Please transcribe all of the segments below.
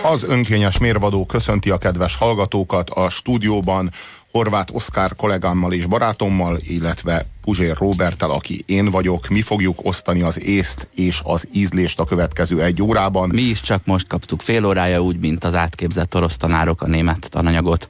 Az önkényes mérvadó köszönti a kedves hallgatókat a stúdióban Horváth Oszkár kollégámmal és barátommal, illetve Puzsér Róberttel, aki én vagyok. Mi fogjuk osztani az észt és az ízlést a következő 1 órában. Mi is csak most kaptuk fél órája, úgy, mint az átképzett orosz tanárok a német tananyagot.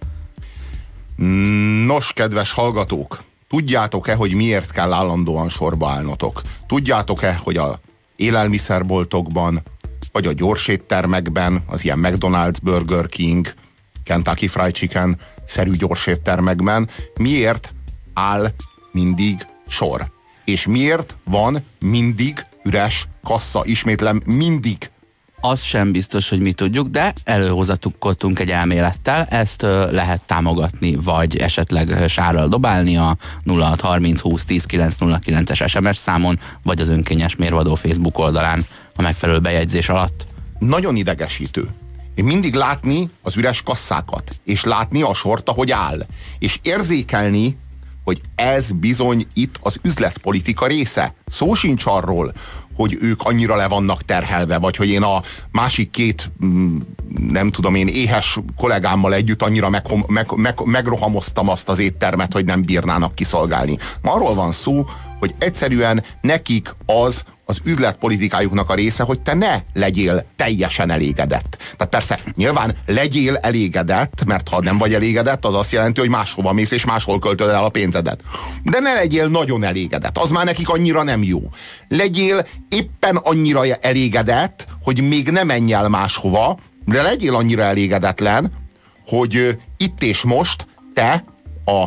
Nos, kedves hallgatók, tudjátok-e, hogy miért kell állandóan sorba állnotok? Tudjátok-e, hogy a élelmiszerboltokban, vagy a gyorséttermekben, az ilyen McDonald's, Burger King, Kentucky Fried Chicken szerű gyorséttermekben miért áll mindig sor? És miért van mindig üres kassa? Ismétlem, mindig. Az sem biztos, hogy mi tudjuk, de előhozatukkoltunk egy elmélettel, ezt lehet támogatni, vagy esetleg sárral dobálni a 0630 20 10 909-es SMS számon, vagy az önkényes mérvadó Facebook oldalán a megfelelő bejegyzés alatt. Nagyon idegesítő. Én mindig látni az üres kasszákat, és látni a sort, ahogy áll, és érzékelni, hogy ez bizony itt az üzletpolitika része. Szó sincs arról, hogy ők annyira le vannak terhelve, vagy hogy én a másik 2, nem tudom én, éhes kollégámmal együtt annyira megrohamoztam azt az éttermet, hogy nem bírnának kiszolgálni. Arról van szó, hogy egyszerűen nekik az üzletpolitikájuknak a része, hogy te ne legyél teljesen elégedett. Tehát persze, nyilván legyél elégedett, mert ha nem vagy elégedett, az azt jelenti, hogy máshova mész, és máshol költöd el a pénzedet. De ne legyél nagyon elégedett, az már nekik annyira nem jó. Legyél éppen annyira elégedett, hogy még ne menj el máshova, de legyél annyira elégedetlen, hogy itt és most te a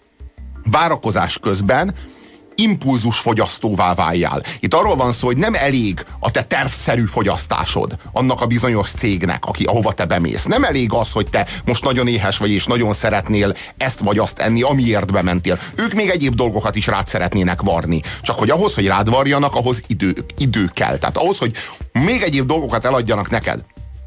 várakozás közben impulzus fogyasztóvá váljál. Itt arról van szó, hogy nem elég a te tervszerű fogyasztásod annak a bizonyos cégnek, ahova te bemész. Nem elég az, hogy te most nagyon éhes vagy és nagyon szeretnél ezt vagy azt enni, amiért bementél. Ők még egyéb dolgokat is rád szeretnének varni. Csak hogy ahhoz, hogy rád varjanak, ahhoz idő kell. Tehát ahhoz, hogy még egyéb dolgokat eladjanak neked.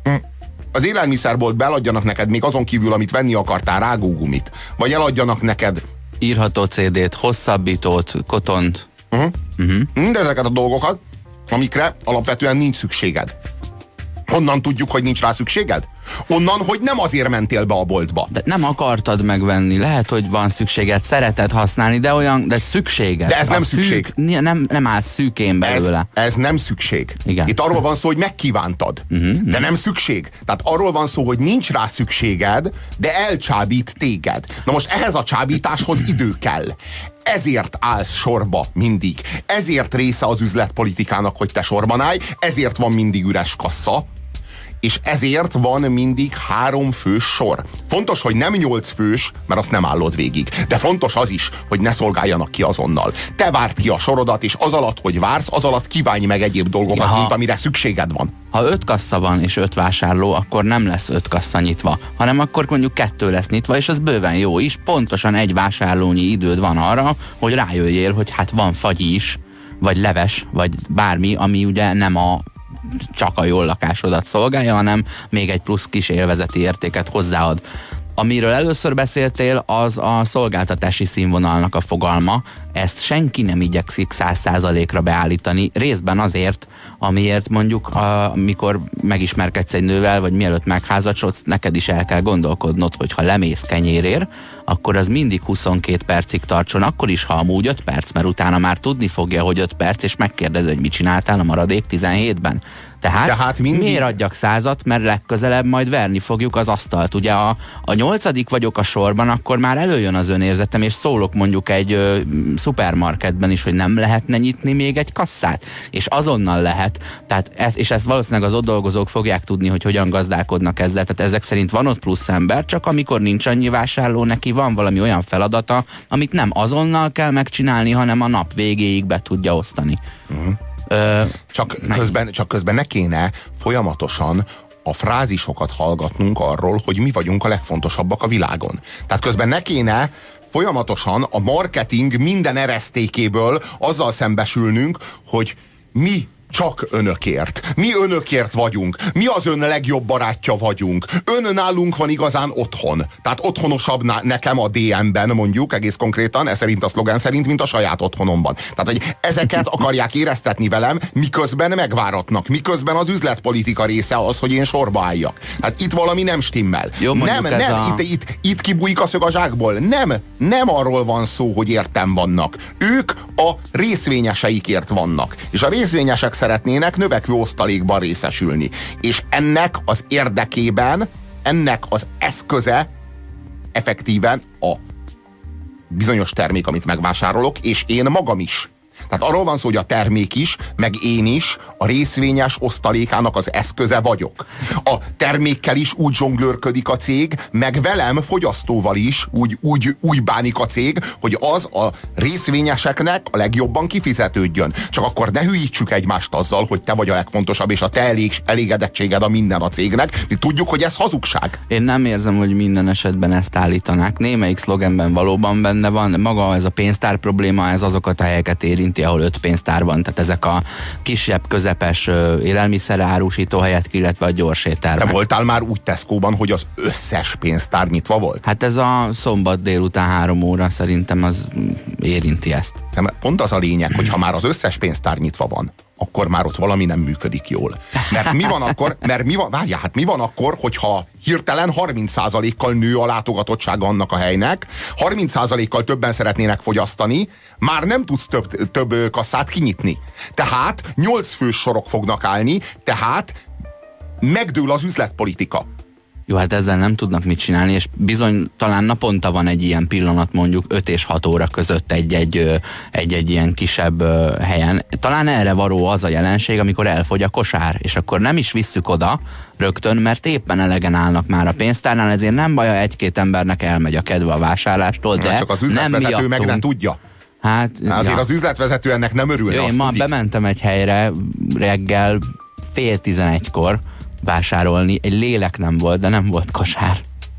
Az élelmiszerboltba eladjanak neked még azon kívül, amit venni akartál, rágógumit. Vagy eladjanak neked írható CD-t, hosszabbítót, kotont. Mindezeket a dolgokat, amikre alapvetően nincs szükséged. Honnan tudjuk, hogy nincs rá szükséged? Onnan, hogy nem azért mentél be a boltba. De nem akartad megvenni. Lehet, hogy van szükséged, szereted használni, de szükséged. De ez nem szükség. Nem áll szűkén belőle. Ez nem szükség. Igen. Itt arról van szó, hogy megkívántad. De nem szükség. Tehát arról van szó, hogy nincs rá szükséged, de elcsábít téged. Na most ehhez a csábításhoz idő kell. Ezért állsz sorba mindig. Ezért része az üzletpolitikának, hogy te sorban állj. Ezért van mindig üres kassa. És ezért van mindig 3 fős sor. Fontos, hogy nem 8 fős, mert azt nem állod végig. De fontos az is, hogy ne szolgáljanak ki azonnal. Te várd ki a sorodat, és az alatt, hogy vársz, az alatt kívánj meg egyéb dolgokat, mint amire szükséged van. Ha 5 kassa van és 5 vásárló, akkor nem lesz 5 kassa nyitva, hanem akkor mondjuk 2 lesz nyitva, és az bőven jó is. Pontosan 1 vásárlónyi időd van arra, hogy rájöjjél, hogy hát van fagyi is, vagy leves, vagy bármi, ami ugye nem csak a jól lakásodat szolgálja, hanem még egy plusz kis élvezeti értéket hozzáad. Amiről először beszéltél, az a szolgáltatási színvonalnak a fogalma. Ezt senki nem igyekszik 100%-ra beállítani, részben azért, amiért mondjuk, amikor megismerkedsz egy nővel, vagy mielőtt megházasodsz, neked is el kell gondolkodnod, hogy ha lemész kenyérért, akkor az mindig 22 percig tartson, akkor is, ha amúgy 5 perc, mert utána már tudni fogja, hogy 5 perc, és megkérdezi, hogy mit csináltál a maradék 17-ben. Tehát mindig... miért adjak 100-at, mert legközelebb majd verni fogjuk az asztalt. Ugye a 8. vagyok a sorban, akkor már előjön az önérzetem, és szólok mondjuk egy szupermarketben is, hogy nem lehetne nyitni még egy kasszát. És azonnal lehet. Tehát ezt valószínűleg az ott dolgozók fogják tudni, hogy hogyan gazdálkodnak ezzel. Tehát ezek szerint van ott plusz ember, csak amikor nincs annyi vásárló, neki van valami olyan feladata, amit nem azonnal kell megcsinálni, hanem a nap végéig be tudja osztani. Csak közben ne kéne folyamatosan a frázisokat hallgatnunk arról, hogy mi vagyunk a legfontosabbak a világon. Tehát közben ne kéne folyamatosan a marketing minden eresztékéből azzal szembesülnünk, hogy mi csak önökért. Mi önökért vagyunk. Mi az ön legjobb barátja vagyunk. Ön nálunk van igazán otthon. Tehát otthonosabb nekem a DM-ben, mondjuk, egész konkrétan, ez szerint a szlogen szerint, mint a saját otthonomban. Tehát, hogy ezeket akarják éreztetni velem, miközben megváratnak. Miközben az üzletpolitika része az, hogy én sorba álljak. Hát itt valami nem stimmel. Jó, nem, itt kibújik a szög a zsákból. Nem arról van szó, hogy értem vannak. Ők a részvényeseikért vannak. És a részvényesek szeretnének növekvő osztalékban részesülni. És ennek az érdekében, ennek az eszköze effektíven a bizonyos termék, amit megvásárolok, és én magam is. Tehát arról van szó, hogy a termék is, meg én is a részvényes osztalékának az eszköze vagyok. A termékkel is úgy zsonglőrködik a cég, meg velem, fogyasztóval is úgy bánik a cég, hogy az a részvényeseknek a legjobban kifizetődjön. Csak akkor ne hülyítsük egymást azzal, hogy te vagy a legfontosabb, és a te elégedettséged a minden a cégnek. Mi tudjuk, hogy ez hazugság. Én nem érzem, hogy minden esetben ezt állítanák. Némelyik szlogenben valóban benne van. Maga ez a pénztár probléma, ez azokat a helyeket érinti, ahol 5 pénztár van, tehát ezek a kisebb, közepes élelmiszerárusító helyet, illetve a gyors éttermek. Te voltál már úgy Tesco-ban, hogy az összes pénztár nyitva volt? Hát ez a szombat délután 3 óra szerintem az érinti ezt. Pont az a lényeg, hogy ha már az összes pénztár nyitva van, akkor már ott valami nem működik jól. Mert mi van akkor, mi van akkor, hogyha hirtelen 30%-kal nő a látogatottsága annak a helynek, 30%-kal többen szeretnének fogyasztani, már nem tudsz több kasszát kinyitni. Tehát 8 fős sorok fognak állni, tehát megdől az üzletpolitika. Jó, hát ezzel nem tudnak mit csinálni, és bizony talán naponta van egy ilyen pillanat, mondjuk 5 és 6 óra között egy ilyen kisebb helyen. Talán erre való az a jelenség, amikor elfogy a kosár, és akkor nem is visszük oda rögtön, mert éppen elegen állnak már a pénztárnál, ezért nem baj, ha 1-2 embernek elmegy a kedve a vásárlástól, de csak az üzletvezető meg nem tudja. Hát, azért az üzletvezető ennek nem örülne. Én ma bementem egy helyre reggel 10:30-kor vásárolni, egy lélek nem volt, de nem volt kosár.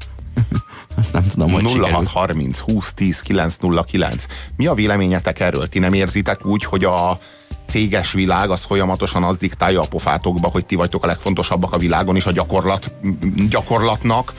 Azt nem tudom, hogy 0630 20 10 909. Mi a véleményetek erről? Ti nem érzitek úgy, hogy a céges világ az folyamatosan az diktálja a pofátokba, hogy ti vagytok a legfontosabbak a világon, és a gyakorlatnak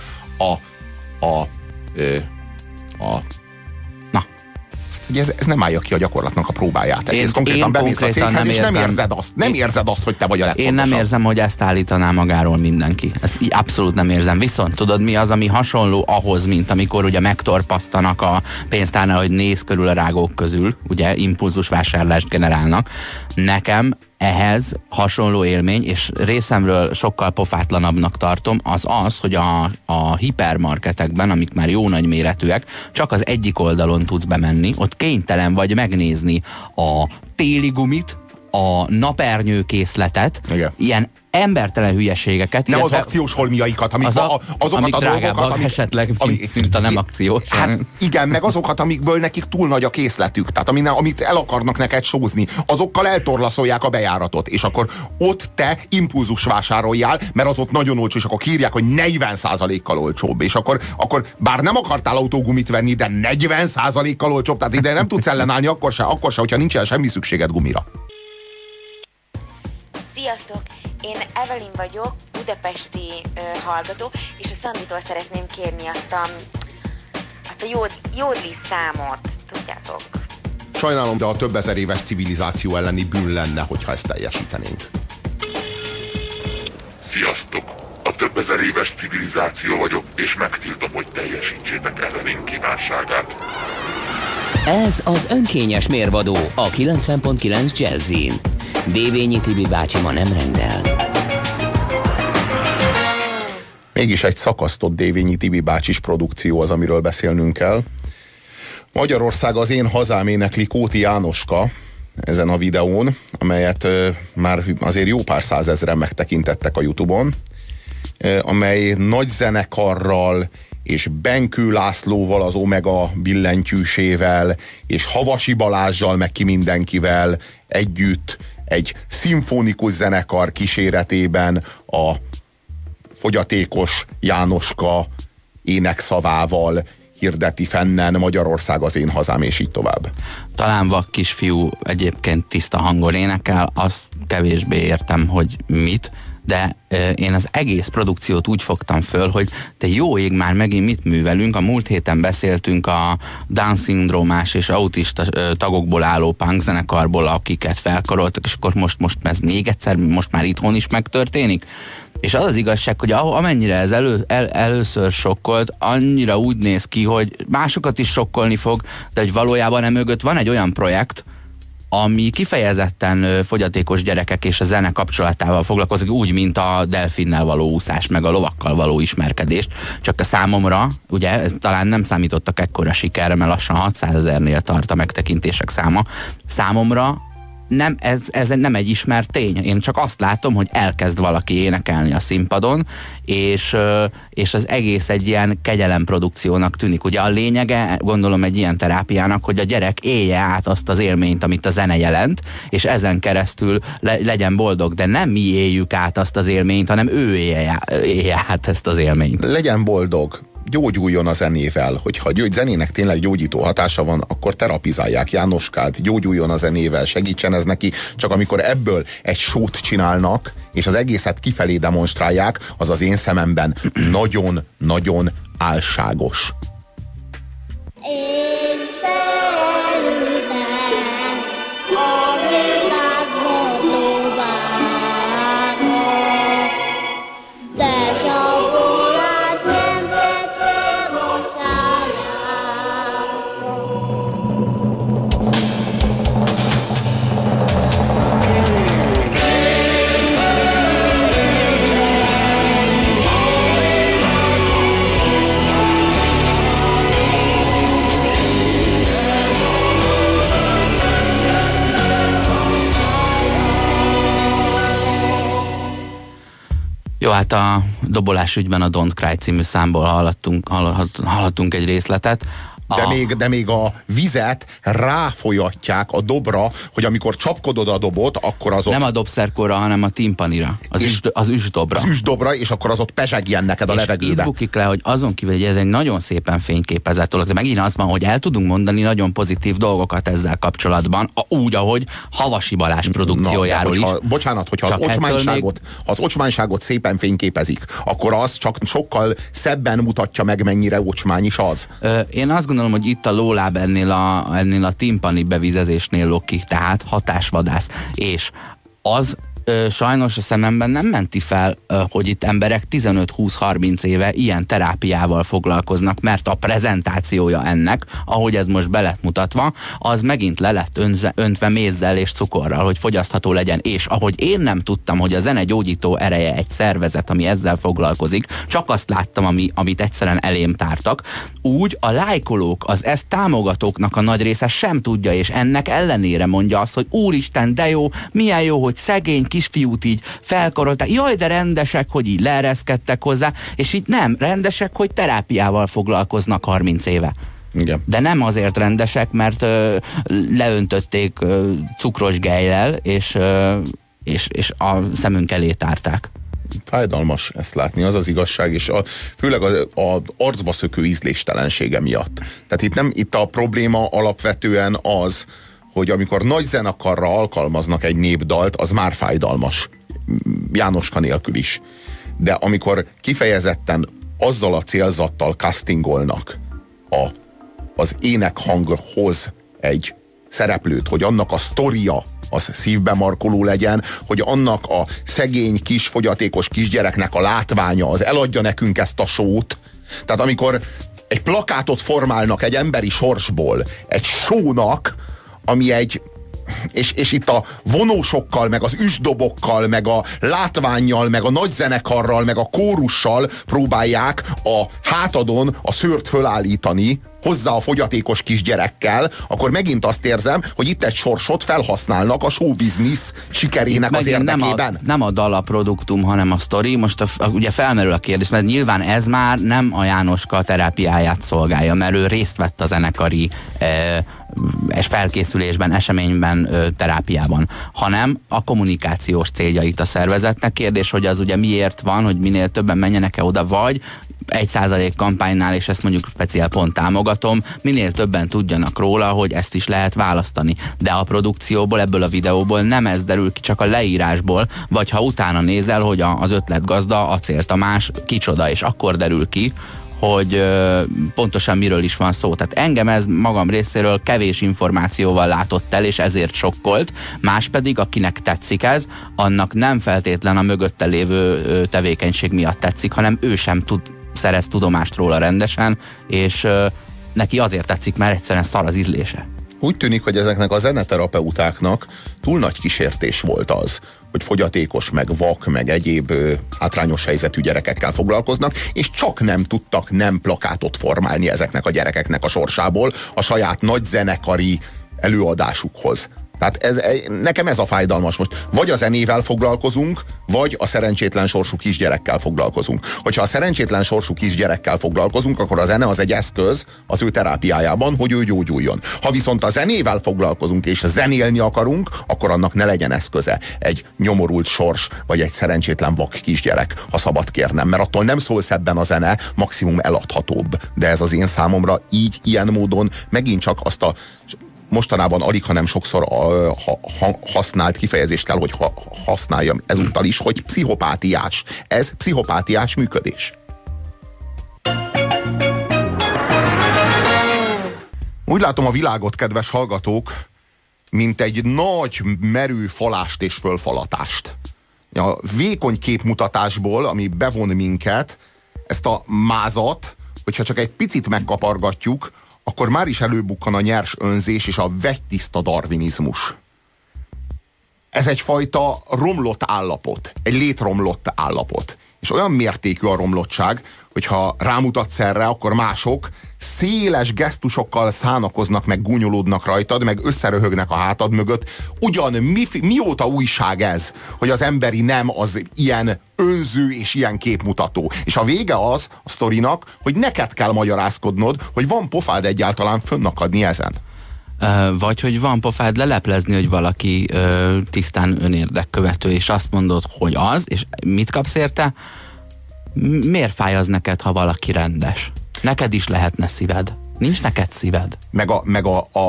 hogy ez nem állja ki a gyakorlatnak a próbáját. Ez konkrétan bemész a céghez, és nem érzed azt, hogy te vagy a legfontosabb. Én nem érzem, hogy ezt állítaná magáról mindenki. Ezt abszolút nem érzem. Viszont tudod, mi az, ami hasonló ahhoz, mint amikor ugye megtorpasztanak a pénztárnál, hogy néz körül a rágók közül, ugye impulzus vásárlást generálnak. Nekem ehhez hasonló élmény, és részemről sokkal pofátlanabbnak tartom, az, hogy a hipermarketekben, amik már jó nagy méretűek, csak az egyik oldalon tudsz bemenni, ott kénytelen vagy megnézni a téli gumit, a napernyőkészletet, ilyen embertelen hülyeségeket. Nem az akciós holmiaikat, amik drágábbak esetleg, mint a nem akciós. Hát igen, meg azokat, amikből nekik túl nagy a készletük, tehát amit el akarnak neked sózni, azokkal eltorlaszolják a bejáratot, és akkor ott te impulzus vásároljál, mert az ott nagyon olcsó, és akkor írják, hogy 40%-kal olcsóbb, és akkor bár nem akartál autógumit venni, de 40%-kal olcsóbb, tehát ide nem tudsz ellenállni akkor se, hogyha nincsen semmi szükséged gumira. Sziasztok! Én Evelyn vagyok, budapesti hallgató, és a Szanditól szeretném kérni azt a jódli számot, tudjátok? Sajnálom, de a több ezer éves civilizáció elleni bűn lenne, hogyha ezt teljesítenénk. Sziasztok! A több ezer éves civilizáció vagyok, és megtiltom, hogy teljesítsétek Evelyn kívánságát. Ez az önkényes mérvadó a 90.9 Jazzin. Dévényi Tibi bácsi ma nem rendel. Mégis egy szakasztott Dévényi Tibi bácsis produkció az, amiről beszélnünk kell. Magyarország az én hazám énekli Kóti Jánoska ezen a videón, amelyet már azért jó pár százezren megtekintettek a YouTube-on, amely nagy zenekarral és Benkő Lászlóval, az Omega billentyűsével, és Havasi Balázssal, meg ki mindenkivel együtt egy szimfonikus zenekar kíséretében a fogyatékos Jánoska énekszavával hirdeti fennen Magyarország az én hazám, és így tovább. Talán vak kisfiú egyébként tiszta hangon énekel, azt kevésbé értem, hogy mit, de én az egész produkciót úgy fogtam föl, hogy te jó ég, már megint mit művelünk. A múlt héten beszéltünk a Down-szindrómás és autista tagokból álló punk zenekarból, akiket felkaroltak, és akkor most ez még egyszer, most már itthon is megtörténik. És az az igazság, hogy amennyire ez először sokkolt, annyira úgy néz ki, hogy másokat is sokkolni fog, de hogy valójában emögött van egy olyan projekt, ami kifejezetten fogyatékos gyerekek és a zene kapcsolatával foglalkozik, úgy, mint a delfinnel való úszás, meg a lovakkal való ismerkedést. Csak a számomra, ugye, talán nem számítottak ekkora sikerre, mert lassan 600 000-nél tart a megtekintések száma. Számomra nem, ez nem egy ismert tény. Én csak azt látom, hogy elkezd valaki énekelni a színpadon, és az egész egy ilyen kegyelemprodukciónak tűnik. Ugye a lényege, gondolom, egy ilyen terápiának, hogy a gyerek élje át azt az élményt, amit a zene jelent, és ezen keresztül legyen boldog, de nem mi éljük át azt az élményt, hanem ő élje át ezt az élményt. Legyen boldog, gyógyuljon a zenével, hogyha a zenének tényleg gyógyító hatása van, akkor terapizálják Jánoskát, gyógyuljon a zenével, segítsen ez neki, csak amikor ebből egy sót csinálnak, és az egészet kifelé demonstrálják, az az én szememben nagyon-nagyon álságos. Én felülben a világ valóvára, de zsabolát nem tettem a szájára. Jó, hát a dobolás ügyben a Don't Cry című számból hallhattunk egy részletet. De még a vizet ráfolyatják a dobra, hogy amikor csapkodod a dobot, akkor az ott... Nem a dobszerkorra, hanem a timpanira. Az üsdobra. Az üsdobra, és akkor az ott pezsegjen neked a levegőbe. És itt bukik le, hogy azon kívül, hogy ez egy nagyon szépen fényképezett dolog, de megint az van, hogy el tudunk mondani nagyon pozitív dolgokat ezzel kapcsolatban, úgy, ahogy Havasi Balázs produkciójáról is. Bocsánat, hogyha az ocsmányságot szépen fényképezik, akkor az csak sokkal szebben mutatja meg, mennyire ocsmány is az. Én azt gondolom, hogy itt a lóláb ennél a timpani bevizezésnél lóg ki, tehát hatásvadász. És az sajnos a szememben nem menti fel, hogy itt emberek 15-20-30 éve ilyen terápiával foglalkoznak, mert a prezentációja ennek, ahogy ez most be lett mutatva, az megint le lett öntve mézzel és cukorral, hogy fogyasztható legyen. És ahogy én nem tudtam, hogy a zene gyógyító ereje egy szervezet, ami ezzel foglalkozik, csak azt láttam, amit egyszerűen elém tártak, úgy a lájkolók, az ezt támogatóknak a nagy része sem tudja, és ennek ellenére mondja azt, hogy úristen, de jó, milyen jó, hogy szegény kisfiút így felkarolták. Jaj, de rendesek, hogy így leereszkedtek hozzá, és így nem, rendesek, hogy terápiával foglalkoznak 30 éve. Igen. De nem azért rendesek, mert leöntötték cukros gejjel, és a szemünk elé tárták. Fájdalmas ezt látni, az az igazság, és főleg az arcba szökő ízléstelensége miatt. Tehát itt a probléma alapvetően az, hogy amikor nagy zenekarra alkalmaznak egy népdalt, az már fájdalmas. Jánoska nélkül is. De amikor kifejezetten azzal a célzattal castingolnak az énekhanghoz egy szereplőt, hogy annak a sztoria az szívbe markoló legyen, hogy annak a szegény kis fogyatékos kisgyereknek a látványa az eladja nekünk ezt a sót. Tehát amikor egy plakátot formálnak egy emberi sorsból, egy sónak, ami egy... És itt a vonósokkal, meg az üsdobokkal, meg a látvánnyal, meg a nagyzenekarral, meg a kórussal próbálják a hátadon a szőrt fölállítani, hozzá a fogyatékos kisgyerekkel, akkor megint azt érzem, hogy itt egy sorsot felhasználnak a showbiznisz sikerének az érdekében. Nem a dal a produktum, hanem a sztori. Most ugye felmerül a kérdés, mert nyilván ez már nem a Jánoska terápiáját szolgálja, mert ő részt vett a zenekari felkészülésben, eseményben, terápiában, hanem a kommunikációs céljait a szervezetnek. Kérdés, hogy az ugye miért van, hogy minél többen menjenek-e oda, vagy 1% kampánynál, és ezt mondjuk speciál pont támogatom, minél többen tudjanak róla, hogy ezt is lehet választani. De a produkcióból, ebből a videóból nem ez derül ki, csak a leírásból, vagy ha utána nézel, hogy az ötletgazda Acél Tamás kicsoda, és akkor derül ki, hogy pontosan miről is van szó. Tehát engem ez magam részéről kevés információval látott el, és ezért sokkolt. Más pedig, akinek tetszik ez, annak nem feltétlen a mögötte lévő tevékenység miatt tetszik, hanem ő sem szerez tudomást róla rendesen, és neki azért tetszik, mert egyszerűen szar az ízlése. Úgy tűnik, hogy ezeknek a zeneterapeutáknak túl nagy kísértés volt az, hogy fogyatékos, meg vak, meg egyéb hátrányos helyzetű gyerekekkel foglalkoznak, és csak nem tudtak nem plakátot formálni ezeknek a gyerekeknek a sorsából a saját nagy zenekari előadásukhoz. Tehát nekem ez a fájdalmas most. Vagy a zenével foglalkozunk, vagy a szerencsétlen sorsú kisgyerekkel foglalkozunk. Hogyha a szerencsétlen sorsú kisgyerekkel foglalkozunk, akkor a zene az egy eszköz az ő terápiájában, hogy ő gyógyuljon. Ha viszont a zenével foglalkozunk, és zenélni akarunk, akkor annak ne legyen eszköze egy nyomorult sors, vagy egy szerencsétlen vak kisgyerek, ha szabad kérnem. Mert attól nem szól szebben a zene, maximum eladhatóbb. De ez az én számomra így, ilyen módon megint csak azt a mostanában alig, hanem sokszor használt kifejezést kell, hogy használjam ezúttal is, hogy pszichopátiás. Ez pszichopátiás működés. Úgy látom a világot, kedves hallgatók, mint egy nagy, merő falást és fölfalatást. A vékony képmutatásból, ami bevon minket, ezt a mázat, hogyha csak egy picit megkapargatjuk, akkor már is előbukkan a nyers önzés és a vegytiszta darwinizmus. Ez egyfajta romlott állapot, egy létromlott állapot. És olyan mértékű a romlottság, hogyha rámutatsz erre, akkor mások széles gesztusokkal szánakoznak, meg gúnyolódnak rajtad, meg összeröhögnek a hátad mögött. Ugyan mióta újság ez, hogy az emberi nem az ilyen önző és ilyen képmutató. És a vége az a sztorinak, hogy neked kell magyarázkodnod, hogy van pofád egyáltalán fönnakadni ezen. Vagy hogy van pofád leleplezni, hogy valaki tisztán önérdekkövető, és azt mondod, hogy az, és mit kapsz érte? Miért fáj az neked, ha valaki rendes? Neked is lehetne szíved. Nincs neked szíved. Meg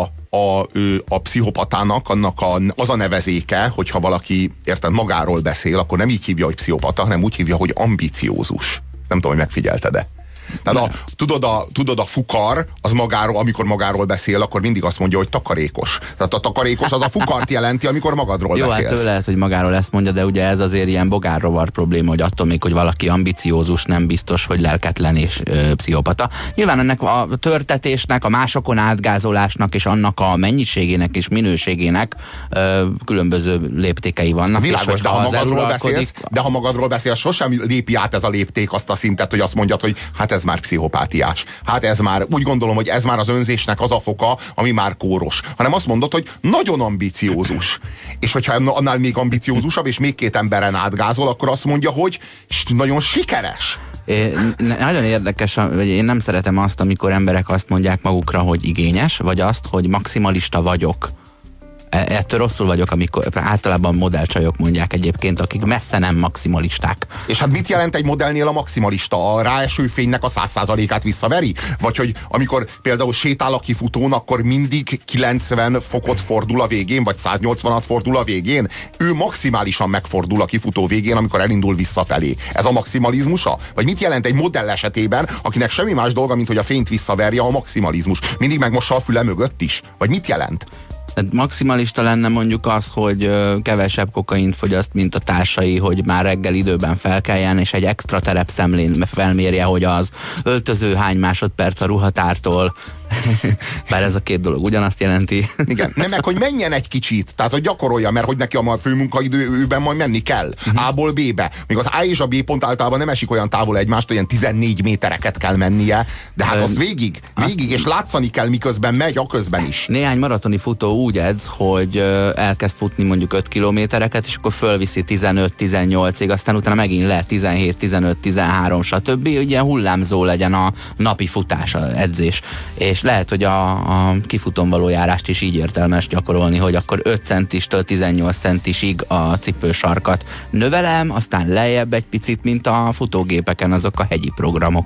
a pszichopatának az a nevezéke, hogyha valaki érted, magáról beszél, akkor nem így hívja, hogy pszichopata, hanem úgy hívja, hogy ambiciózus. Nem tudom, hogy megfigyelted-e. Tehát tudod, a fukar, az magáról, amikor magáról beszél, akkor mindig azt mondja, hogy takarékos. Tehát a takarékos az a fukart jelenti, amikor magadról beszélsz. Jó, hát ő lehet, hogy magáról ezt mondja, de ugye ez azért ilyen bogárrovar probléma, hogy attól még, hogy valaki ambiciózus, nem biztos, hogy lelketlen és pszichopata. Nyilván ennek a törtetésnek, a másokon átgázolásnak és annak a mennyiségének és minőségének különböző léptékei vannak. Világos, de ha magadról beszélsz, sosem lépi át ez a lépték azt a szintet, hogy azt mondjad, hogy hát ez már pszichopátiás. Hát ez már, úgy gondolom, hogy ez már az önzésnek az a foka, ami már kóros. Hanem azt mondod, hogy nagyon ambiciózus. És hogyha annál még ambiciózusabb, és még két emberen átgázol, akkor azt mondja, hogy nagyon sikeres. Nagyon érdekes, vagy én nem szeretem azt, amikor emberek azt mondják magukra, hogy igényes, vagy azt, hogy maximalista vagyok. Ettől rosszul vagyok, amikor általában modellcsajok mondják egyébként, akik messze nem maximalisták. És hát mit jelent egy modellnél a maximalista? A ráeső fénynek a 100%-át visszaveri? Vagy hogy amikor például sétál a kifutón, akkor mindig 90 fokot fordul a végén, vagy 180-at fordul a végén? Ő maximálisan megfordul a kifutó végén, amikor elindul visszafelé. Ez a maximalizmusa? Vagy mit jelent egy modell esetében, akinek semmi más dolga, mint hogy a fényt visszaverje, a maximalizmus? Mindig megmossa a füle mögött is? Vagy mit jelent? Maximalista lenne mondjuk az, hogy kevesebb kokaint fogyaszt, mint a társai, hogy már reggel időben felkeljen, és egy extra terepszemlén felmérje, hogy az öltöző hány másodperc a ruhatártól. Bár ez a két dolog ugyanazt jelenti. Igen, nem, meg hogy menjen egy kicsit, tehát hogy gyakorolja, mert hogy neki a főmunkaidőben majd menni kell. A-ból B-be. Még az A és a B pont általában nem esik olyan távol egymást, olyan 14 métereket kell mennie, de hát azt végig, és látszani kell, miközben megy, aközben is. Néhány maratoni futó úgy edz, hogy elkezd futni mondjuk 5 kilométereket, és akkor fölviszi 15-18-ig, aztán utána megint le 17-15-13, stb. Ugye hullámzó legyen a napi futás, a edzés. És lehet, hogy a kifutón való járást is így értelmes gyakorolni, hogy akkor 5 centistől 18 centisig a cipősarkat növelem, aztán lejjebb egy picit, mint a futógépeken azok a hegyi programok.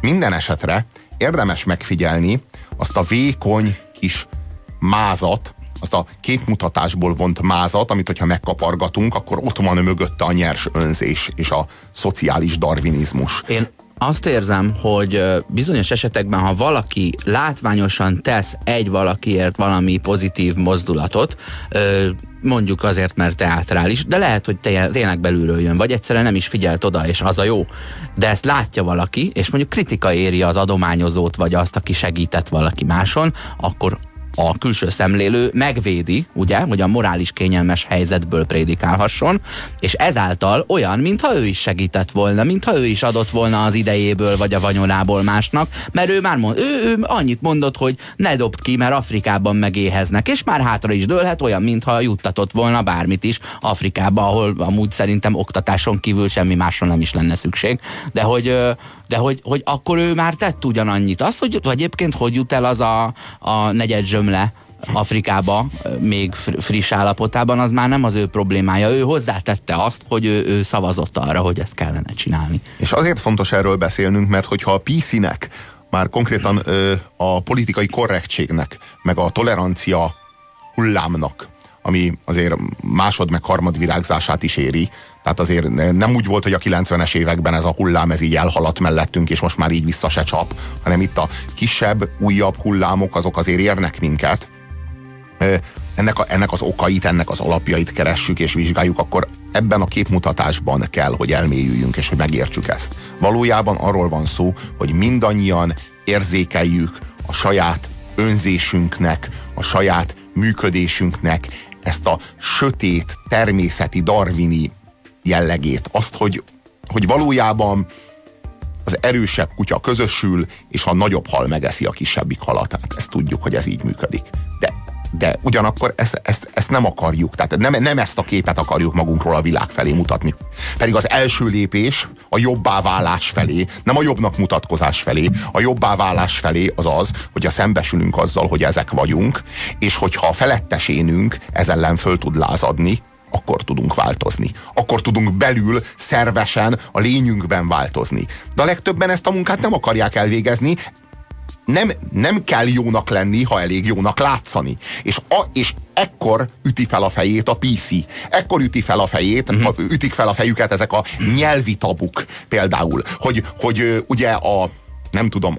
Minden esetre érdemes megfigyelni azt a vékony kis mázat, azt a képmutatásból vont mázat, amit hogyha megkapargatunk, akkor ott van mögötte a nyers önzés és a szociális darwinizmus. Én azt érzem, hogy bizonyos esetekben, ha valaki látványosan tesz egy valakiért valami pozitív mozdulatot, mondjuk azért, mert teátrális, de lehet, hogy tényleg belülről jön, vagy egyszerűen nem is figyelt oda, és az a jó. De ezt látja valaki, és mondjuk kritika éri az adományozót, vagy azt, aki segített valaki máson, akkor a külső szemlélő megvédi, ugye, hogy a morális kényelmes helyzetből prédikálhasson, és ezáltal olyan, mintha ő is segített volna, mintha ő is adott volna az idejéből, vagy a vagyonából másnak, mert ő már ő annyit mondott, hogy ne dobd ki, mert Afrikában megéheznek, és már hátra is dőlhet, olyan, mintha juttatott volna bármit is Afrikába, ahol amúgy szerintem oktatáson kívül semmi másra nem is lenne szükség, de hogy akkor ő már tett ugyanannyit. Az, hogy egyébként hogy jut el az a negyed zsömle Afrikába még friss állapotában, az már nem az ő problémája. Ő hozzátette azt, hogy ő szavazott arra, hogy ezt kellene csinálni. És azért fontos erről beszélnünk, mert hogyha a PC-nek, már konkrétan a politikai korrektségnek, meg a tolerancia hullámnak, ami azért másod meg harmad virágzását is éri. Tehát azért nem úgy volt, hogy a 90-es években ez a hullám ez így elhaladt mellettünk, és most már így vissza se csap, hanem itt a kisebb, újabb hullámok azok azért érnek minket. Ennek az okait, ennek az alapjait keressük és vizsgáljuk, akkor ebben a képmutatásban kell, hogy elmélyüljünk és hogy megértsük ezt. Valójában arról van szó, hogy mindannyian érzékeljük a saját önzésünknek, a saját működésünknek ezt a sötét, természeti, darwini jellegét. Azt, hogy valójában az erősebb kutya közösül, és a nagyobb hal megeszi a kisebbik halatát. Ezt tudjuk, hogy ez így működik. De ugyanakkor ezt nem akarjuk, tehát nem ezt a képet akarjuk magunkról a világ felé mutatni. Pedig az első lépés a jobbá válás felé, nem a jobbnak mutatkozás felé, a jobbá válás felé az az, hogyha szembesülünk azzal, hogy ezek vagyunk, és hogyha a felettes énünk ez ellen föl tud lázadni, akkor tudunk változni. Akkor tudunk belül szervesen a lényünkben változni. De a legtöbben ezt a munkát nem akarják elvégezni, nem kell jónak lenni, ha elég jónak látszani. És ekkor üti fel a fejét a PC. Ekkor üti fel a fejét, ütik fel a fejüket ezek a nyelvi tabuk például. Hogy ugye nem tudom,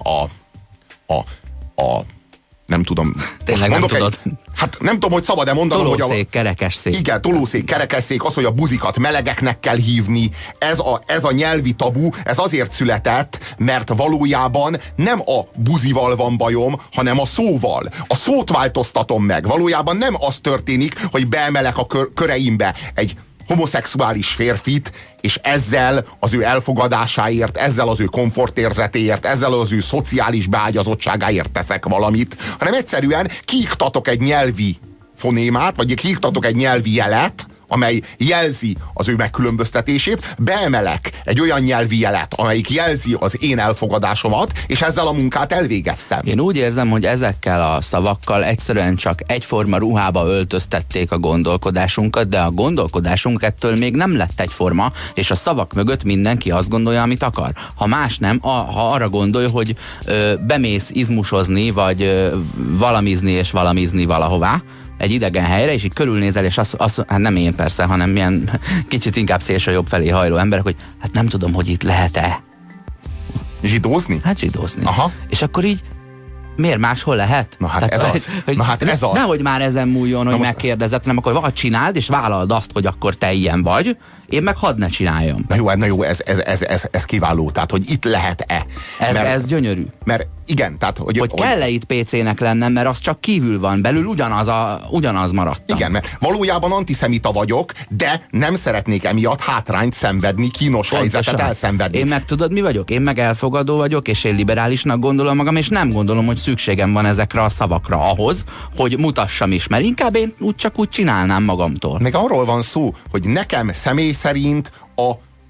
nem tudom. Tényleg nem tudod. Hát nem tudom, hogy szabad-e mondanom, hogy tolószék, kerekesszék. Igen, tolószék, kerekesszék, az, hogy a buzikat melegeknek kell hívni. Ez a nyelvi tabu, ez azért született, mert valójában nem a buzival van bajom, hanem a szóval. A szót változtatom meg. Valójában nem az történik, hogy beemelek a köreimbe egy homoszexuális férfit, és ezzel az ő elfogadásáért, ezzel az ő komfortérzetéért, ezzel az ő szociális beágyazottságáért teszek valamit, hanem egyszerűen kiiktatok egy nyelvi fonémát, vagy kiiktatok egy nyelvi jelet, amely jelzi az ő megkülönböztetését, beemelek egy olyan nyelvi jelet, amelyik jelzi az én elfogadásomat, és ezzel a munkát elvégeztem. Én úgy érzem, hogy ezekkel a szavakkal egyszerűen csak egyforma ruhába öltöztették a gondolkodásunkat, de a gondolkodásunk ettől még nem lett egyforma, és a szavak mögött mindenki azt gondolja, amit akar. Ha más nem, ha arra gondolj, hogy bemész izmusozni, vagy valamizni és valamizni valahová, egy idegen helyre, és így körülnézel, és hát nem én persze, hanem milyen kicsit inkább szélső jobb felé hajló emberek, hogy hát nem tudom, hogy itt lehet-e. Zsidózni? Hát zsidózni. Aha. És akkor így miért máshol lehet? Na hát ez az. Nehogy már ezen múljon, hogy megkérdezett, hanem akkor vagy csináld, és vállald azt, hogy akkor te ilyen vagy, én meg hadd ne csináljam. Na jó, ez kiváló, tehát hogy itt lehet-e. Ez gyönyörű. Mert igen, tehát hogy kell-e itt PC-nek lennem, mert az csak kívül van, belül ugyanaz maradtam. Igen, mert valójában antiszemita vagyok, de nem szeretnék emiatt hátrányt szenvedni, kínos helyzetet elszenvedni. Én meg tudod, mi vagyok? Én meg elfogadó vagyok, és én liberálisnak gondolom magam, és nem gondolom, hogy szükségem van ezekre a szavakra ahhoz, hogy mutassam is, mert inkább én csak úgy csinálnám magamtól. Meg arról van szó, hogy nekem személy szerint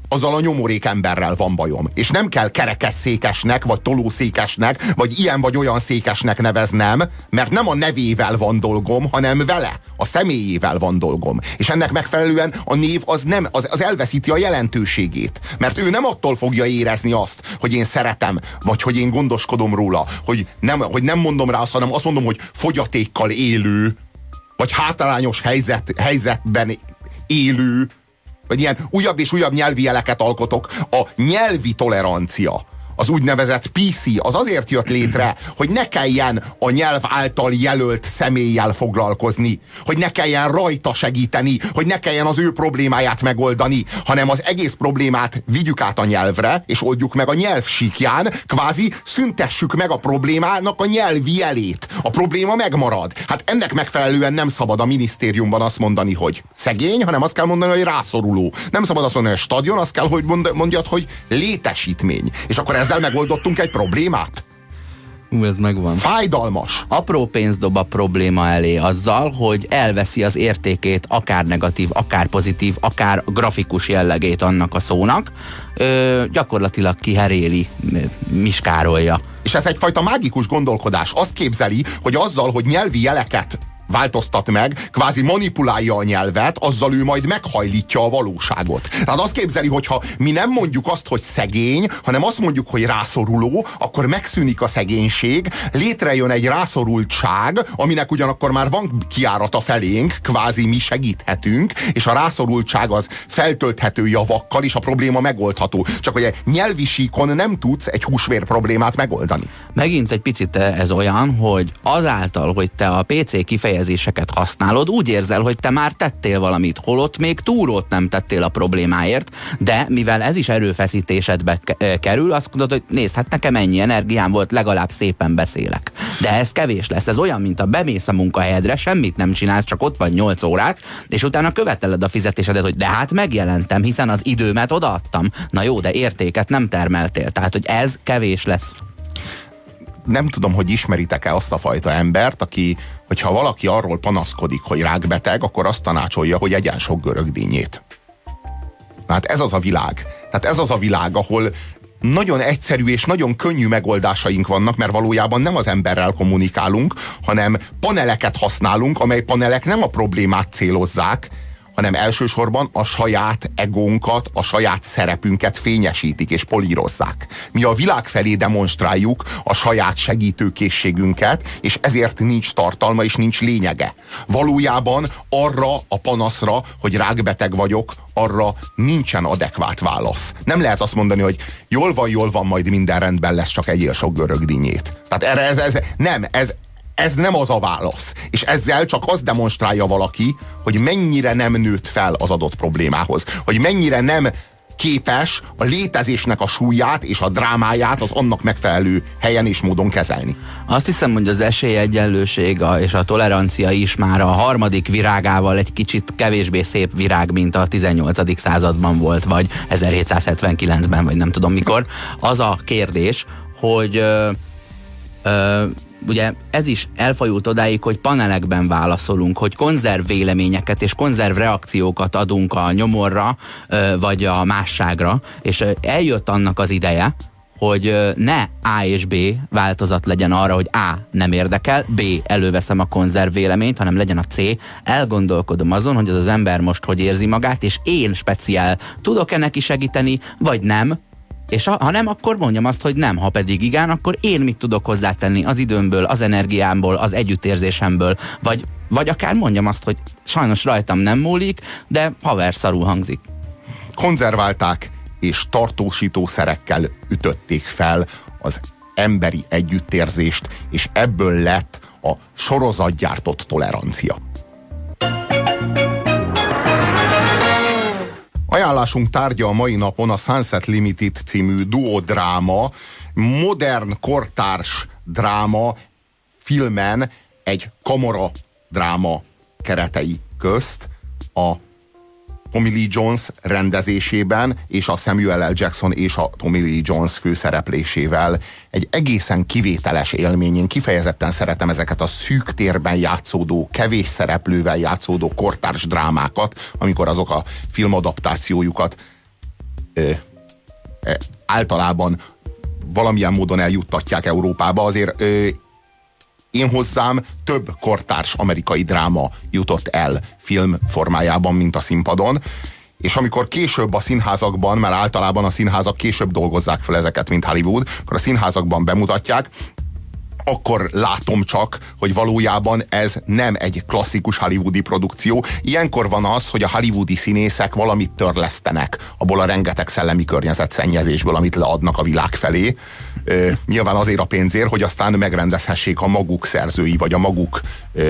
azzal a nyomorék emberrel van bajom. És nem kell kerekesszékesnek, vagy tolószékesnek, vagy ilyen vagy olyan székesnek neveznem, mert nem a nevével van dolgom, hanem vele, a személyével van dolgom. És ennek megfelelően a név az elveszíti a jelentőségét. Mert ő nem attól fogja érezni azt, hogy én szeretem, vagy hogy én gondoskodom róla, hogy nem mondom rá azt, hanem azt mondom, hogy fogyatékkal élő, vagy hátrányos helyzetben élő, vagy ilyen újabb és újabb nyelvi jeleket alkotok. A nyelvi tolerancia, az úgynevezett PC, az azért jött létre, hogy ne kelljen a nyelv által jelölt személlyel foglalkozni, hogy ne kelljen rajta segíteni, hogy ne kelljen az ő problémáját megoldani, hanem az egész problémát vigyük át a nyelvre, és oldjuk meg a nyelv síkján, kvázi szüntessük meg a problémának a nyelvi jelét. A probléma megmarad. Hát ennek megfelelően nem szabad a minisztériumban azt mondani, hogy szegény, hanem azt kell mondani, hogy rászoruló. Nem szabad azt mondani, hogy stadion, azt kell, hogy mondjad, hogy létesítmény. És akkor ezzel megoldottunk egy problémát? Ez megvan. Fájdalmas. Apró pénzt dob a probléma elé azzal, hogy elveszi az értékét, akár negatív, akár pozitív, akár grafikus jellegét annak a szónak. Gyakorlatilag kiheréli, miskárolja. És ez egyfajta mágikus gondolkodás. Azt képzeli, hogy azzal, hogy nyelvi jeleket változtat meg, kvázi manipulálja a nyelvet, azzal ő majd meghajlítja a valóságot. Tehát azt képzeli, hogyha mi nem mondjuk azt, hogy szegény, hanem azt mondjuk, hogy rászoruló, akkor megszűnik a szegénység, létrejön egy rászorultság, aminek ugyanakkor már van kijárata felénk, kvázi mi segíthetünk, és a rászorultság az feltölthető javakkal, és a probléma megoldható. Csak hogy nyelvi síkon nem tudsz egy húsvér problémát megoldani. Megint egy picit ez olyan, hogy azáltal, hogy te a PC kifejezéseket használod, úgy érzel, hogy te már tettél valamit, holott még túrót nem tettél a problémáért, de mivel ez is erőfeszítésedbe kerül, azt mondod, hogy nézd, hát nekem ennyi energiám volt, legalább szépen beszélek. De ez kevés lesz. Ez olyan, mint a bemész a munkahelyedre, semmit nem csinálsz, csak ott vagy 8 órát, és utána követeled a fizetésedet, hogy de hát megjelentem, hiszen az időmet odaadtam. Na jó, de értéket nem termeltél. Tehát, hogy ez kevés lesz. Nem tudom, hogy ismeritek-e azt a fajta embert, aki, hogyha valaki arról panaszkodik, hogy rákbeteg, akkor azt tanácsolja, hogy egyen sok görögdínyét. Hát ez az a világ. Tehát ez az a világ, ahol nagyon egyszerű és nagyon könnyű megoldásaink vannak, mert valójában nem az emberrel kommunikálunk, hanem paneleket használunk, amely panelek nem a problémát célozzák, hanem elsősorban a saját egónkat, a saját szerepünket fényesítik és polírozzák. Mi a világ felé demonstráljuk a saját segítőkészségünket, és ezért nincs tartalma és nincs lényege. Valójában arra a panaszra, hogy rákbeteg vagyok, arra nincsen adekvát válasz. Nem lehet azt mondani, hogy jól van, majd minden rendben lesz, csak egyél sok görögdínyét. Tehát erre ez nem az a válasz. És ezzel csak azt demonstrálja valaki, hogy mennyire nem nőtt fel az adott problémához. Hogy mennyire nem képes a létezésnek a súlyát és a drámáját az annak megfelelő helyen és módon kezelni. Azt hiszem, hogy az esélyegyenlőség és a tolerancia is már a harmadik virágával egy kicsit kevésbé szép virág, mint a 18. században volt, vagy 1779-ben, vagy nem tudom mikor. Az a kérdés, hogy ugye ez is elfajult odáig, hogy panelekben válaszolunk, hogy konzervvéleményeket és konzervreakciókat adunk a nyomorra, vagy a másságra, és eljött annak az ideje, hogy ne A és B változat legyen arra, hogy A nem érdekel, B előveszem a konzervvéleményt, hanem legyen a C, elgondolkodom azon, hogy az ember most hogy érzi magát, és én speciál tudok-e neki segíteni, vagy nem, és ha nem, akkor mondjam azt, hogy nem. Ha pedig igen, akkor én mit tudok hozzátenni az időmből, az energiámból, az együttérzésemből, vagy akár mondjam azt, hogy sajnos rajtam nem múlik, de haver, szarul hangzik. Konzerválták és tartósítószerekkel ütötték fel az emberi együttérzést, és ebből lett a sorozatgyártott tolerancia. Ajánlásunk tárgya a mai napon a Sunset Limited című duodráma, modern kortárs dráma filmen egy kamara dráma keretei közt a Tommy Lee Jones rendezésében és a Samuel L. Jackson és a Tommy Lee Jones főszereplésével. Egy egészen kivételes élmény. Én kifejezetten szeretem ezeket a szűk térben játszódó, kevés szereplővel játszódó kortárs drámákat, amikor azok a filmadaptációjukat általában valamilyen módon eljuttatják Európába, azért én hozzám több kortárs amerikai dráma jutott el film formájában, mint a színpadon, és amikor később a színházakban, mert általában a színházak később dolgozzák fel ezeket, mint Hollywood, akkor a színházakban bemutatják, akkor látom csak, hogy valójában ez nem egy klasszikus hollywoodi produkció. Ilyenkor van az, hogy a hollywoodi színészek valamit törlesztenek abból a rengeteg szellemi környezetszennyezésből, amit leadnak a világ felé. Nyilván azért a pénzért, hogy aztán megrendezhessék a maguk szerzői, vagy a maguk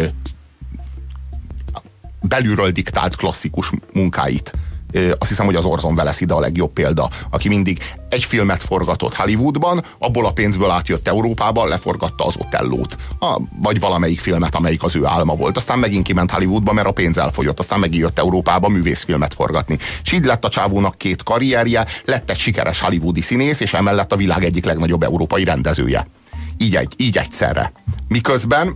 belülről diktált klasszikus munkáit. Azt hiszem, hogy az Orson Welles ide a legjobb példa, aki mindig egy filmet forgatott Hollywoodban, abból a pénzből átjött Európába, leforgatta az Otellót, vagy valamelyik filmet, amelyik az ő álma volt. Aztán megint kiment Hollywoodba, mert a pénz elfogyott, aztán megint jött Európába művészfilmet forgatni. És így lett a csávónak 2 karrierje, lett egy sikeres hollywoodi színész, és emellett a világ egyik legnagyobb európai rendezője. Így egyszerre. Miközben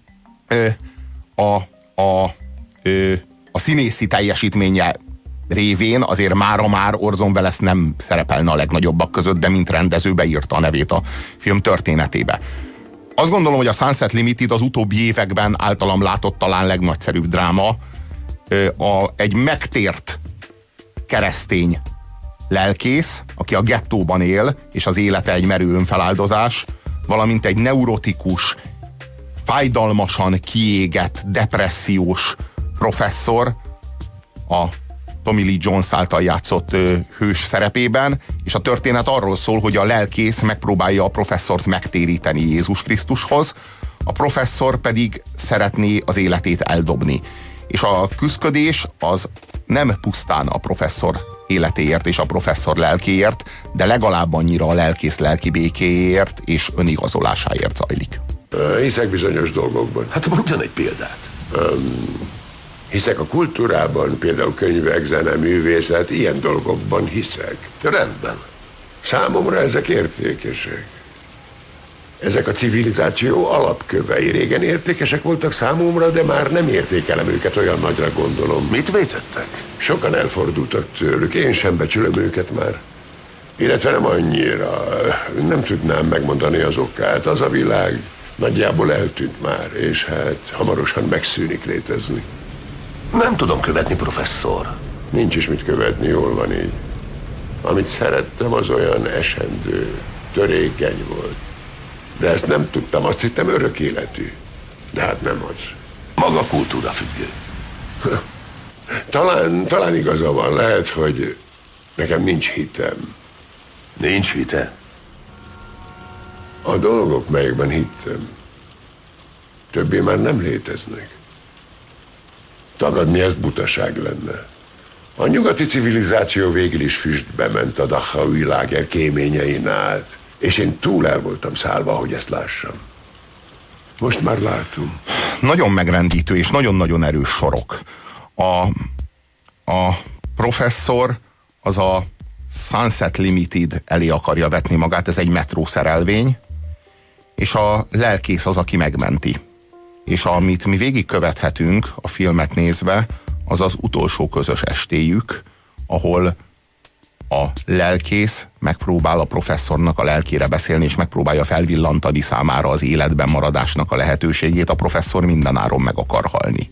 a színészi teljesítménye révén azért mára már Orson Welles nem szerepelne a legnagyobbak között, de mint rendező beírta a nevét a film történetébe. Azt gondolom, hogy a Sunset Limited az utóbbi években általam látott talán legnagyszerűbb dráma. Egy megtért keresztény lelkész, aki a gettóban él, és az élete egy merő önfeláldozás, valamint egy neurotikus, fájdalmasan kiégett, depressziós professzor, a Tommy Lee Jones által játszott hős szerepében, és a történet arról szól, hogy a lelkész megpróbálja a professzort megtéríteni Jézus Krisztushoz, a professzor pedig szeretné az életét eldobni. És a küszködés az nem pusztán a professzor életéért és a professzor lelkéért, de legalább annyira a lelkész lelki békéért és önigazolásáért zajlik. Hiszek bizonyos dolgokban. Hát mondjon egy példát. Hiszek a kultúrában, például könyvek, zene, művészet, ilyen dolgokban hiszek. Rendben. Számomra ezek értékesek. Ezek a civilizáció alapkövei. Régen értékesek voltak számomra, de már nem értékelem őket, olyan nagyra gondolom. Mit vétettek? Sokan elfordultak tőlük, én sem becsülöm őket már. Illetve nem annyira. Nem tudnám megmondani az okát. Az a világ nagyjából eltűnt már, és hát hamarosan megszűnik létezni. Nem tudom követni, professzor. Nincs is mit követni, jól van így. Amit szerettem, az olyan esendő, törékeny volt. De ezt nem tudtam, azt hittem örök életű. De hát nem az. Maga kultúra függő. Talán igaza van, lehet, hogy nekem nincs hitem. Nincs hite? A dolgok, melyekben hittem, többé már nem léteznek. Tagadni ezt butaság lenne. A nyugati civilizáció végül is füstbe ment a Dachau láger kéményein át, és én túl el voltam szállva, hogy ezt lássam. Most már látom. Nagyon megrendítő és nagyon-nagyon erős sorok. A professzor az a Sunset Limited elé akarja vetni magát, ez egy metrószerelvény, és a lelkész az, aki megmenti. És amit mi végigkövethetünk a filmet nézve, az az utolsó közös estéjük, ahol a lelkész megpróbál a professzornak a lelkére beszélni, és megpróbálja felvillantani számára az életben maradásnak a lehetőségét. A professzor mindenáron meg akar halni.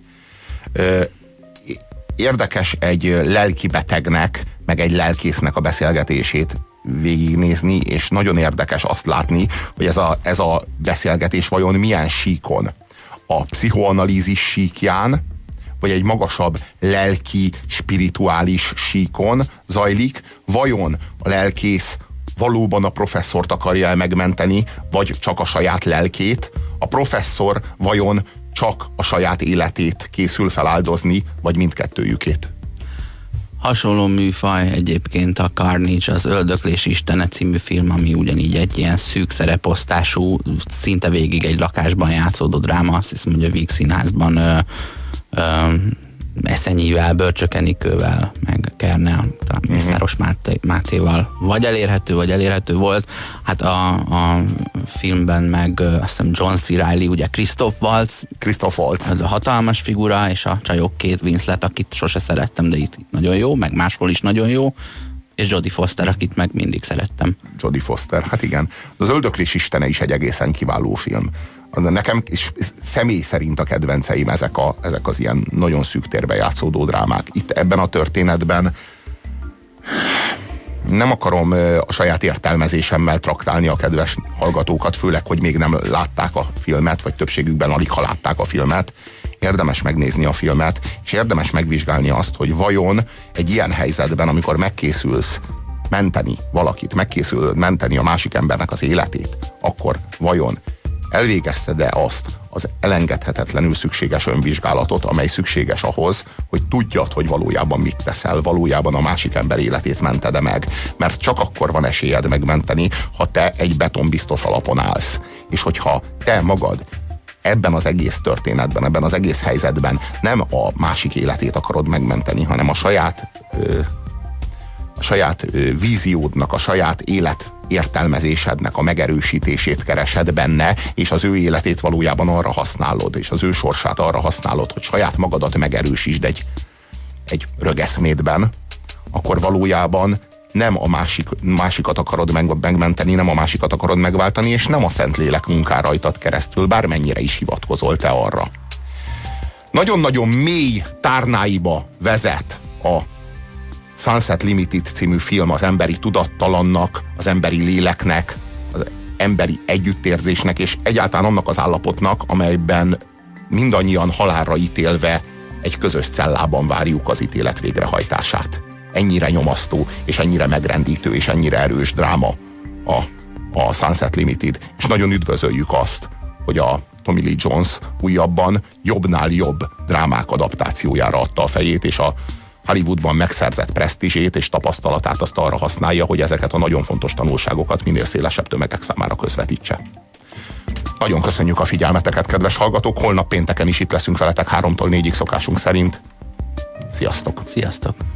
Érdekes egy lelki betegnek, meg egy lelkésznek a beszélgetését végignézni, és nagyon érdekes azt látni, hogy ez a beszélgetés vajon milyen síkon. A pszichoanalízis síkján, vagy egy magasabb lelki, spirituális síkon zajlik, vajon a lelkész valóban a professzort akarja megmenteni, vagy csak a saját lelkét, a professzor vajon csak a saját életét készül feláldozni, vagy mindkettőjükét. Hasonló műfaj egyébként a Carnage, az Öldöklés istene című film, ami ugyanígy egy ilyen szűk szereposztású, szinte végig egy lakásban játszódó dráma, azt hiszem, hogy a Víg Színházban Eszenyivel, Börcsök Enikővel, meg Kernel, talán Mészáros Mátéval vagy elérhető volt. Hát a filmben meg azt hiszem John C. Reilly, ugye Christoph Waltz. A hatalmas figura, és a csajok két Winslet, akit sose szerettem, de itt nagyon jó, meg máshol is nagyon jó. És Jodie Foster, akit meg mindig szerettem. Jodie Foster, hát igen. Az Öldöklés istene is egy egészen kiváló film. Nekem is személy szerint a kedvenceim ezek az ilyen nagyon szűk térbe játszódó drámák. Itt ebben a történetben nem akarom a saját értelmezésemmel traktálni a kedves hallgatókat, főleg, hogy még nem látták a filmet, vagy többségükben alig ha látták a filmet. Érdemes megnézni a filmet, és érdemes megvizsgálni azt, hogy vajon egy ilyen helyzetben, amikor megkészülsz menteni valakit, megkészül menteni a másik embernek az életét, akkor vajon elvégezted-e azt az elengedhetetlenül szükséges önvizsgálatot, amely szükséges ahhoz, hogy tudjad, hogy valójában mit teszel, valójában a másik ember életét mented-e meg. Mert csak akkor van esélyed megmenteni, ha te egy betonbiztos alapon állsz. És hogyha te magad ebben az egész történetben, ebben az egész helyzetben nem a másik életét akarod megmenteni, hanem a saját víziódnak, a saját élet értelmezésednek a megerősítését keresed benne, és az ő életét valójában arra használod, és az ő sorsát arra használod, hogy saját magadat megerősítsd egy rögeszmédben, akkor valójában nem a másikat akarod megmenteni, nem a másikat akarod megváltani, és nem a Szentlélek munkál rajtad keresztül, bármennyire is hivatkozol te arra. Nagyon-nagyon mély tárnáiba vezet a Sunset Limited című film az emberi tudattalannak, az emberi léleknek, az emberi együttérzésnek, és egyáltalán annak az állapotnak, amelyben mindannyian halálra ítélve egy közös cellában várjuk az ítélet végrehajtását. Ennyire nyomasztó, és ennyire megrendítő, és ennyire erős dráma a Sunset Limited. És nagyon üdvözöljük azt, hogy a Tommy Lee Jones újabban jobbnál jobb drámák adaptációjára adta a fejét, és a Hollywoodban megszerzett presztízsét és tapasztalatát azt arra használja, hogy ezeket a nagyon fontos tanulságokat minél szélesebb tömegek számára közvetítse. Nagyon köszönjük a figyelmeteket, kedves hallgatók! Holnap pénteken is itt leszünk veletek 3-tól 4-ig szokásunk szerint. Sziasztok! Sziasztok!